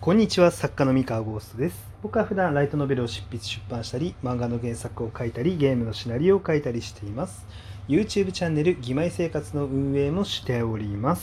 こんにちは、作家の三河ゴーストです。僕は普段ライトノベルを執筆出版したり、漫画の原作を書いたり、ゲームのシナリオを書いたりしています。YouTube チャンネル、義妹生活の運営もしております。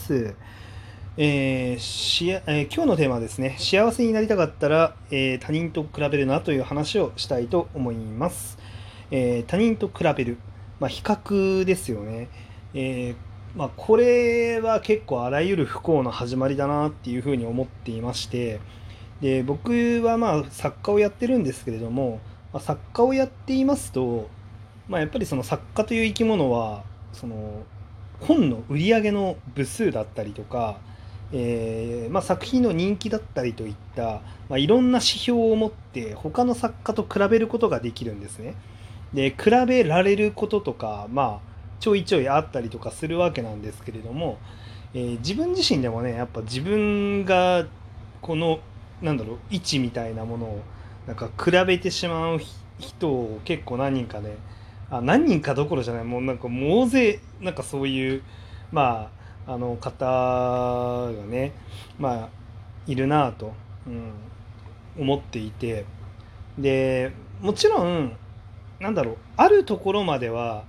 今日のテーマはですね、幸せになりたかったら、他人と比べるなという話をしたいと思います。他人と比べる、比較ですよね。これは結構あらゆる不幸の始まりだなっていうふうに思っていまして、で僕は作家をやってるんですけれども、作家をやっていますと、やっぱりその作家という生き物はその本の売り上げの部数だったりとか、作品の人気だったりといった、いろんな指標を持って他の作家と比べることができるんですね。で比べられることとか、ちょいちょいあったりとかするわけなんですけれども、自分自身でもね、やっぱ自分がこの位置みたいなものを比べてしまう人を結構何人かね、何人かどころじゃない、もう大勢そういう方がね、いるなぁと、思っていて、でもちろんあるところまでは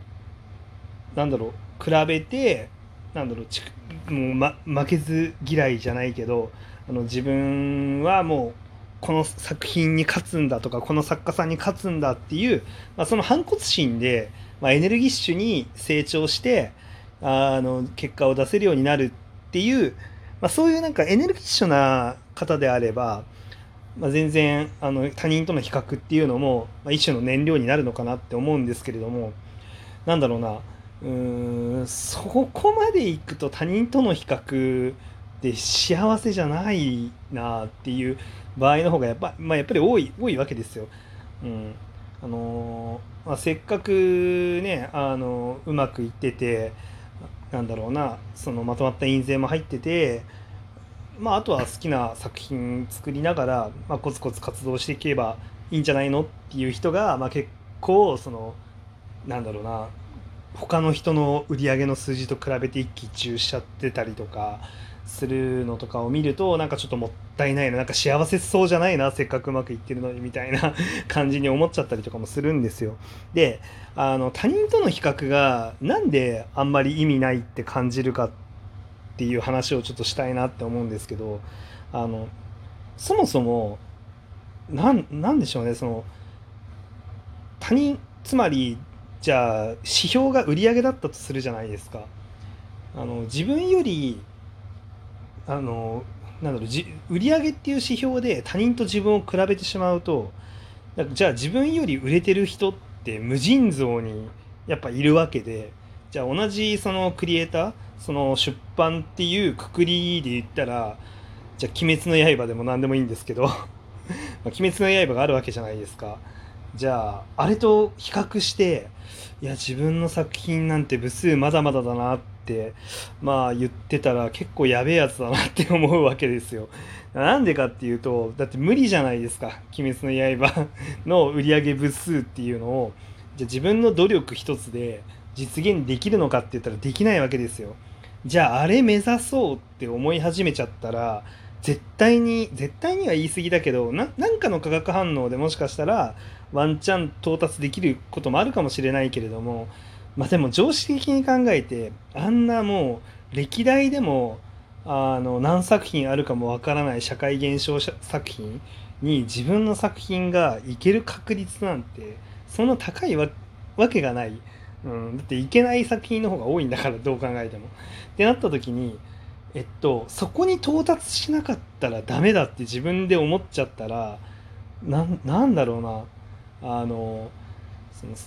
比べてなんだろうちもう、負けず嫌いじゃないけど、自分はもうこの作品に勝つんだとかこの作家さんに勝つんだっていう、その反骨心で、エネルギッシュに成長して結果を出せるようになるっていう、そういうエネルギッシュな方であれば、全然他人との比較っていうのも、一種の燃料になるのかなって思うんですけれども、なんだろうなそこまでいくと他人との比較で幸せじゃないなっていう場合の方がやっぱり多いわけですよ。うん、せっかくねうまくいってて、そのまとまった印税も入ってて、あとは好きな作品作りながら、コツコツ活動していけばいいんじゃないのっていう人が、結構そのなんだろうな他の人の売り上げの数字と比べて一喜一憂しちゃってたりとかするのとかを見ると、ちょっともったいないな、幸せそうじゃないな、せっかくうまくいってるのにみたいな感じに思っちゃったりとかもするんですよ。で他人との比較がなんであんまり意味ないって感じるかっていう話をちょっとしたいなって思うんですけど、あのそもそもなんでしょうね、その他人、つまりじゃあ指標が売り上げだったとするじゃないですか。自分よりあの売り上げっていう指標で他人と自分を比べてしまうと、じゃあ自分より売れてる人って無尽蔵にやっぱいるわけで、じゃあ同じそのクリエイター、その出版っていうくくりで言ったら、じゃあ鬼滅の刃でも何でもいいんですけど鬼滅の刃があるわけじゃないですか。じゃああれと比較して、いや自分の作品なんて部数まだまだだなって言ってたら結構やべえやつだなって思うわけですよ。なんでかっていうと、だって無理じゃないですか、鬼滅の刃の売上部数っていうのを、じゃあ自分の努力一つで実現できるのかって言ったらできないわけですよ。じゃああれ目指そうって思い始めちゃったら、絶対には言い過ぎだけど、なんかの化学反応でもしかしたらワンチャン到達できることもあるかもしれないけれども、でも常識的に考えて、あんなもう歴代でも何作品あるかもわからない社会現象作品に自分の作品がいける確率なんてそんな高いわけがない、だっていけない作品の方が多いんだから、どう考えても。ってなった時に、そこに到達しなかったらダメだって自分で思っちゃったら、なんだろうな、その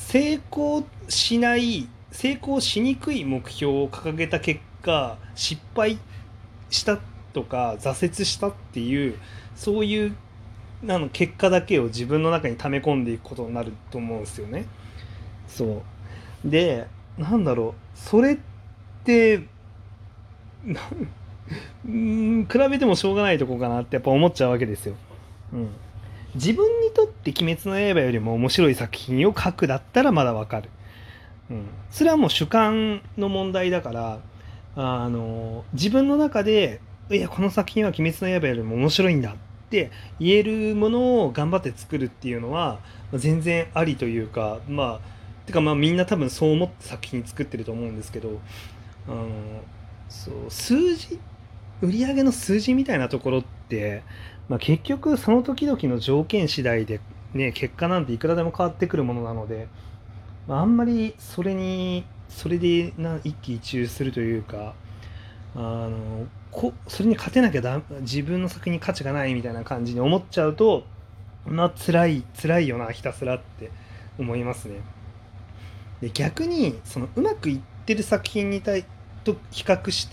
成功しにくい目標を掲げた結果失敗したとか挫折したっていう、そういう結果だけを自分の中に溜め込んでいくことになると思うんですよね。そうで、それって比べてもしょうがないとこかなってやっぱ思っちゃうわけですよ。うん、自分にとって「鬼滅の刃」よりも面白い作品を書くだったらまだわかる。それはもう主観の問題だから、自分の中でいやこの作品は「鬼滅の刃」よりも面白いんだって言えるものを頑張って作るっていうのは、全然ありというか、てかみんな多分そう思って作品作ってると思うんですけど、あのそう数字売上の数字みたいなところって、結局その時々の条件次第でね結果なんていくらでも変わってくるものなので、あんまりそれで一喜一憂するというか、それに勝てなきゃ自分の作品に価値がないみたいな感じに思っちゃうと、辛いよなひたすらって思いますね。で逆にそのうまくいってる作品と比較して、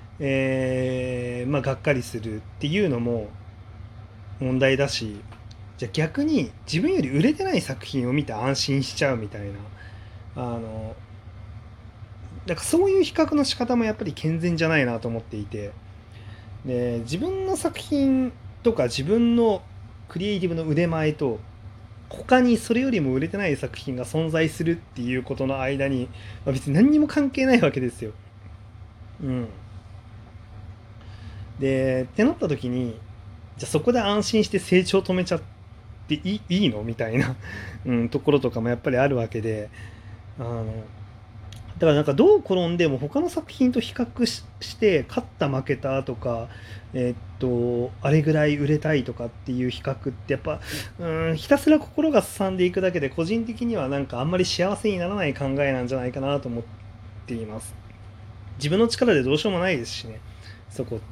がっかりするっていうのも問題だし、じゃあ逆に自分より売れてない作品を見て安心しちゃうみたいな、あのだからそういう比較の仕方もやっぱり健全じゃないなと思っていて、で自分の作品とか自分のクリエイティブの腕前と他にそれよりも売れてない作品が存在するっていうことの間に、別に何にも関係ないわけですよ。うん、でってなった時に、じゃあそこで安心して成長止めちゃっていいのみたいなところとかもやっぱりあるわけで、あのだからなんかどう転んでも他の作品と比較して勝った負けたとか、あれぐらい売れたいとかっていう比較ってやっぱひたすら心がすさんでいくだけで、個人的にはなんかあんまり幸せにならない考えなんじゃないかなと思っています。自分の力でどうしようもないですしね、そこって。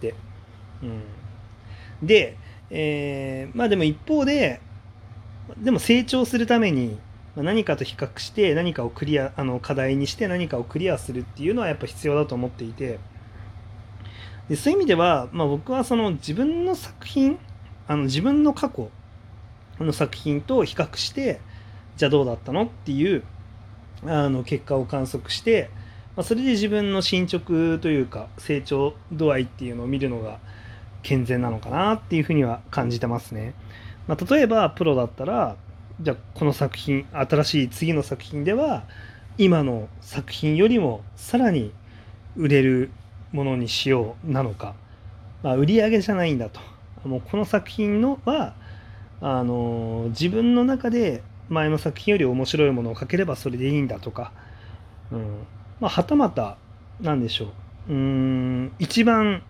で、でも一方で成長するために何かと比較して何かをクリア課題にして何かをクリアするっていうのはやっぱ必要だと思っていて、でそういう意味では、僕はその自分の作品自分の過去の作品と比較して、じゃあどうだったのっていう結果を観測して、それで自分の進捗というか成長度合いっていうのを見るのが健全なのかなっていうふうには感じてますね。例えばプロだったら、じゃあこの作品新しい次の作品では今の作品よりもさらに売れるものにしようなのか、売り上げじゃないんだと、もうこの作品のは自分の中で前の作品より面白いものを書ければそれでいいんだとか、はたまた何でしょう、一番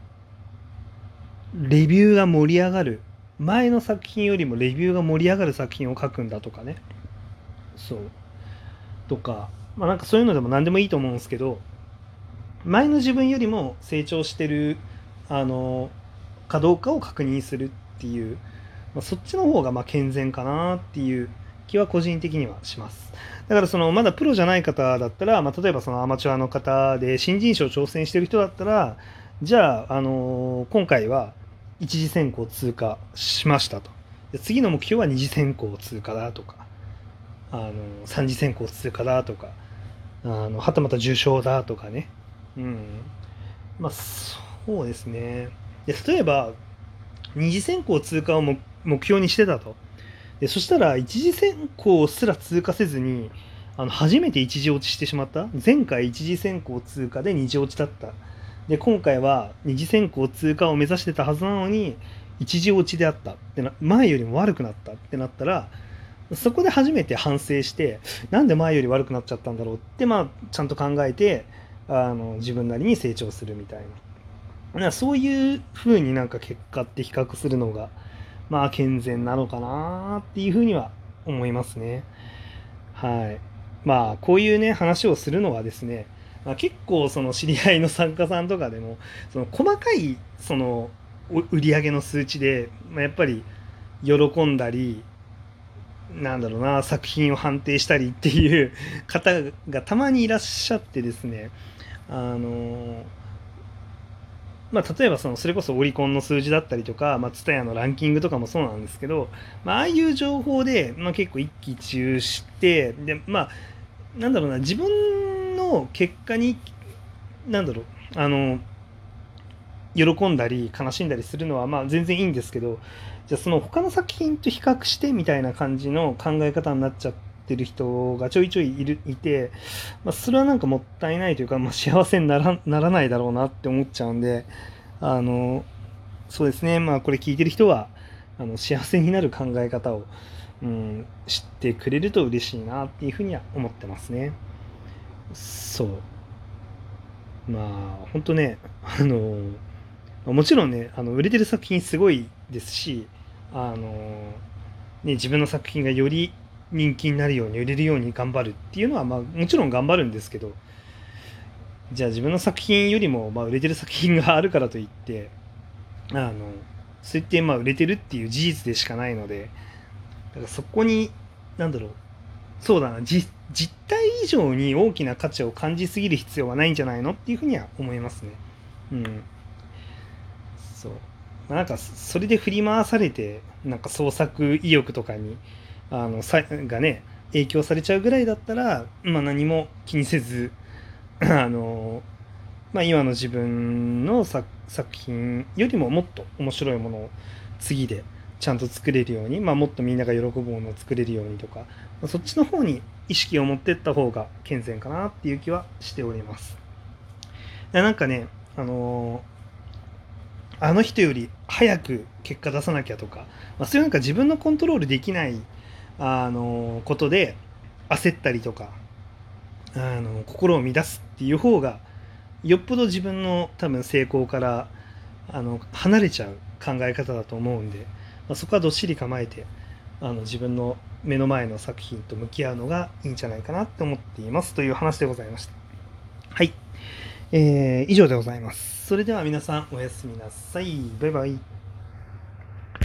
レビューが盛り上がる前の作品よりもレビューが盛り上がる作品を書くんだとかね、そうとか、なんかそういうのでも何でもいいと思うんですけど、前の自分よりも成長してるかどうかを確認するっていう、そっちの方が健全かなっていう気は個人的にはします。だからそのまだプロじゃない方だったら、例えばそのアマチュアの方で新人賞挑戦してる人だったら、じゃあ、今回は一次選考通過しましたと。で次の目標は二次選考通過だとか、三次選考通過だとか、はたまた受賞だとかね。そうですね。で例えば二次選考通過を目標にしてたと。でそしたら一次選考すら通過せずに初めて一次落ちしてしまった。前回一次選考通過で二次落ちだった。で今回は二次選考通過を目指してたはずなのに一次落ちであったって前よりも悪くなったってなったら、そこで初めて反省して、なんで前より悪くなっちゃったんだろうって、ちゃんと考えて自分なりに成長するみたいな、そういう風になんか結果って比較するのが健全なのかなっていう風には思いますね。はい。こういうね話をするのはですね、結構その知り合いの作家さんとかでもその細かいその売り上げの数値で、やっぱり喜んだりなんだろうな作品を判定したりっていう方がたまにいらっしゃってですね、あの例えばそれこそオリコンの数字だったりとか、TSUTAYAのランキングとかもそうなんですけど、ああいう情報で、結構一喜一憂してでなんだろうな自分の結果になんだろう喜んだり悲しんだりするのは全然いいんですけど、じゃあその他の作品と比較してみたいな感じの考え方になっちゃってる人がちょいちょいいて、それはなんかもったいないというか、幸せにならないだろうなって思っちゃうんで、 そうですね、まあこれ聞いてる人は幸せになる考え方を、知ってくれると嬉しいなっていうふうには思ってますね。そうまあ本当ね、もちろんね売れてる作品すごいですし、自分の作品がより人気になるように売れるように頑張るっていうのは、まあ、もちろん頑張るんですけど、じゃあ自分の作品よりも、まあ、売れてる作品があるからといってあのそういってまあ売れてるっていう事実でしかないので、だからそこになんだろうそうだな実態以上に大きな価値を感じすぎる必要はないんじゃないのっていうふうには思いますね。うんそう、なんかそれで振り回されてなんか創作意欲とかにがね影響されちゃうぐらいだったら、まあ、何も気にせずあの、まあ、今の自分の作品よりももっと面白いものを次でちゃんと作れるように、まあ、もっとみんなが喜ぶものを作れるようにとか、まあ、そっちの方に意識を持っていった方が健全かなっていう気はしております。なんかね、あのあの人より早く結果出さなきゃとか、まあ、そういうなんか自分のコントロールできないことで焦ったりとか心を乱すっていう方がよっぽど自分の多分成功から離れちゃう考え方だと思うんで、まあ、そこはどっしり構えて自分の目の前の作品と向き合うのがいいんじゃないかなと思っていますという話でございました。はい、以上でございます。それでは皆さんおやすみなさい。バイバイ。